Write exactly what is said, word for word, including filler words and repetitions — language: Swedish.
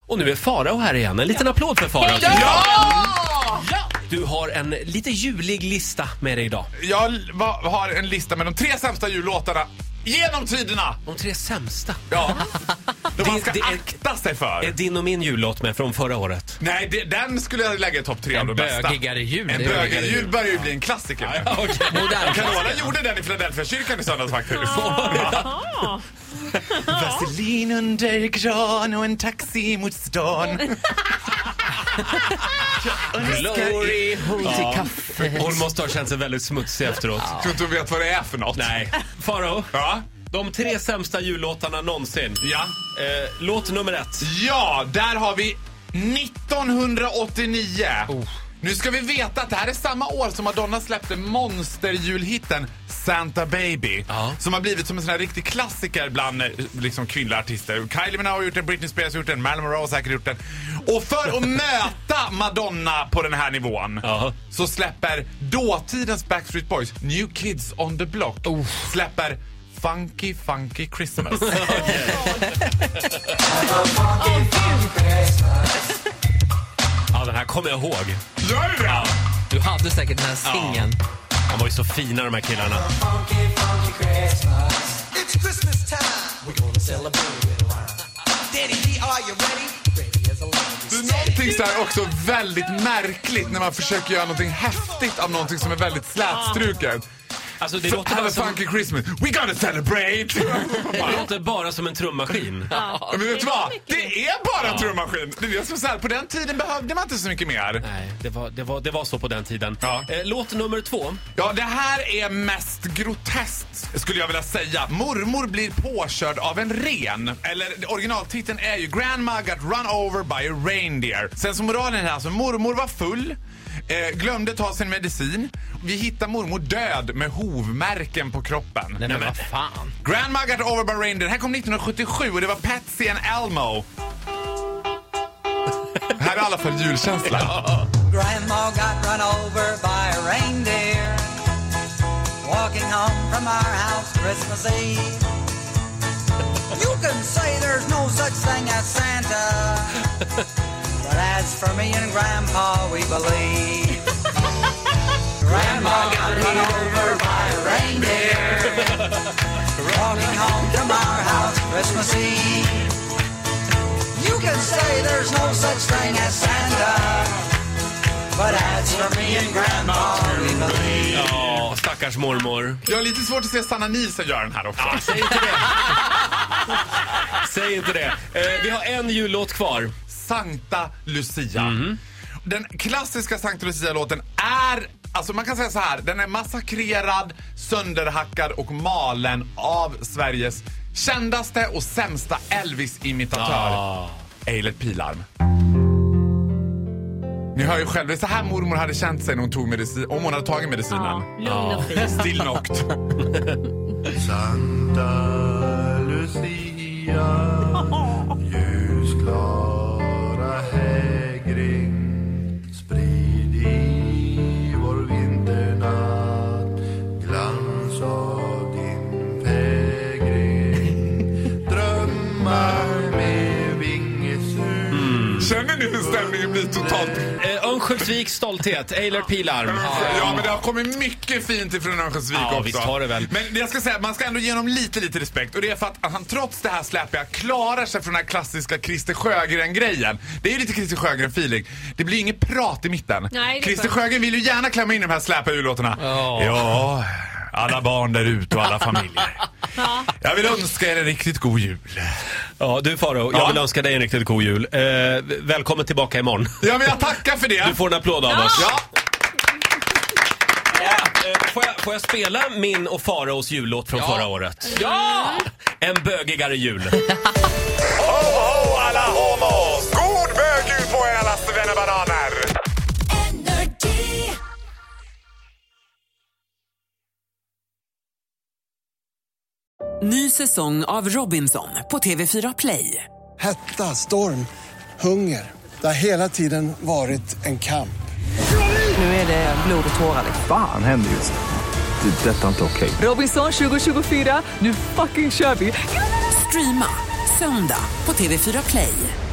Och nu är Farao här igen. En liten ja. applåd för Farao. Ja! Ja! Du har en lite julig lista med dig idag. Jag har en lista med de tre sämsta jullåtarna genom tiderna. De tre sämsta? Ja. De man det, ska det är, akta sig för. Är din och min jullåt med från förra året? Nej, det, den skulle jag lägga i topp tre av de bästa. En bögigare jul. En bögigare jul börjar ju bli en klassiker. Ja, okay. Carola gjorde den i Philadelphia-kyrkan i söndags faktiskt. Ja. Vaselin under gran och en taxi mot stan. Glory, hon till ja. kaffe. Hon måste ha känt sig väldigt smutsig efteråt. Jag tror inte hon vet vad det är för något. Nej. Farao, ja? De tre sämsta jullåtarna någonsin. Ja. Eh, låt nummer ett. Ja, där har vi nittonhundraåttionio. Oh. Nu ska vi veta att det här är samma år som Madonna släppte monsterjulhitten Santa Baby. Ja. Som har blivit som en sån här riktig klassiker bland liksom, kvinnliga artister. Kylie Minogue har gjort den, Britney Spears har gjort den, Marilyn Monroe har säkert gjort den. Och för att möta Madonna på den här nivån ja. så släpper dåtidens Backstreet Boys, New Kids on the Block, oh. släpper Funky Funky Christmas. Ja, den här kommer jag ihåg. Gör det? Ja. Du hade säkert den här singeln. Ja. De var ju så fina, de här killarna. Det är någonting så här också väldigt märkligt när man försöker göra någonting häftigt av någonting som är väldigt slätstruket. Alltså det F- låter have bara a som... funky Christmas. We gotta celebrate. Det låter bara som en trummaskin. Ja. Men vet du vad? Det är bara en trummaskin. Det är det som är så här, på den tiden behövde man inte så mycket mer. Nej, det var, det var, det var så på den tiden. Ja. Eh, låt nummer två. Ja, det här är mest groteskt, skulle jag vilja säga. Mormor blir påkörd av en ren. Eller originaltiteln är ju Grandma got run over by a reindeer. Sen så moralen är alltså, mormor var full. Eh, glömde ta sin medicin. Vi hittar mormor död med hovmärken på kroppen. Nej, men vad fan. Grandma got over by reindeer. Här kom nittonhundrasjuttiosju och det var Patsy and Elmo. Här är i alla fall julkänsla. Ja. Grandma got run over by a reindeer walking home from our house Christmas Eve. You can say there's no such thing as Santa, but as for me and Grandpa, we believe. Grandma got run over by a reindeer walking home from our house Christmas Eve. You can say there's no such thing as Santa, but as for me and Grandma, we believe. Ja, stackars mormor. Jag har lite svårt att se Sanna Nielsen göra den här också. Ja, säg inte det. Säg inte det. Eh, vi har en jullåt kvar. Sankta Lucia. Mm. Den klassiska Sankta Lucia-låten är, alltså man kan säga så här, den är massakrerad, sönderhackad och malen av Sveriges kändaste och sämsta Elvis-imitatör, ah. Eilert Pilarm. Ni hör ju själva, så här mormor hade känt sig när hon tog medicin, om hon hade tagit medicinen. Ja, lugn och fin. Stillnokt. Santa Lucia, ljusklara hägring, sprid i vår vinternatt glans av din fägring, drömmar med vingesug. Mm. Känner ni hur stämningen blir totalt? Eh, Örnsköldsviks stolthet, Eilert Pilarm. Ja, ja, men det har kommit mycket fint ifrån Örnsköldsvik ja, också. Visst har det väl. Men jag ska säga, man ska ändå ge honom lite, lite respekt. Och det är för att han trots det här släppiga klarar sig från den här klassiska Christer Sjögren-grejen. Det är ju lite Christer Sjögren-feeling. Det blir inget prat i mitten. Nej, Christer Sjögren vill ju gärna klämma in de här släppiga jullåtarna. Oh. Ja, alla barn där ute och alla familjer. Ja. Jag vill önska er en riktigt god jul. Ja, du Farao, Ja. jag vill önska dig en riktigt god jul. Eh, välkommen tillbaka imorgon. Ja, men jag tackar för det. Du får en applåd av Ja. oss. Ja. Ja, eh, får, jag, får jag spela min och Faraos jullåt från Ja. förra året? Ja! En bögigare jul. Ho, ho, alla homos! God bögjul på er alla svennebananer! Ny säsong av Robinson på T V fyra Play. Hetta, storm, hunger. Det har hela tiden varit en kamp. Nu är det blod och tårar. Fan händer just det. Det är detta inte okej. Robinson tjugo tjugofyra, nu fucking kör vi. Streama söndag på T V fyra Play.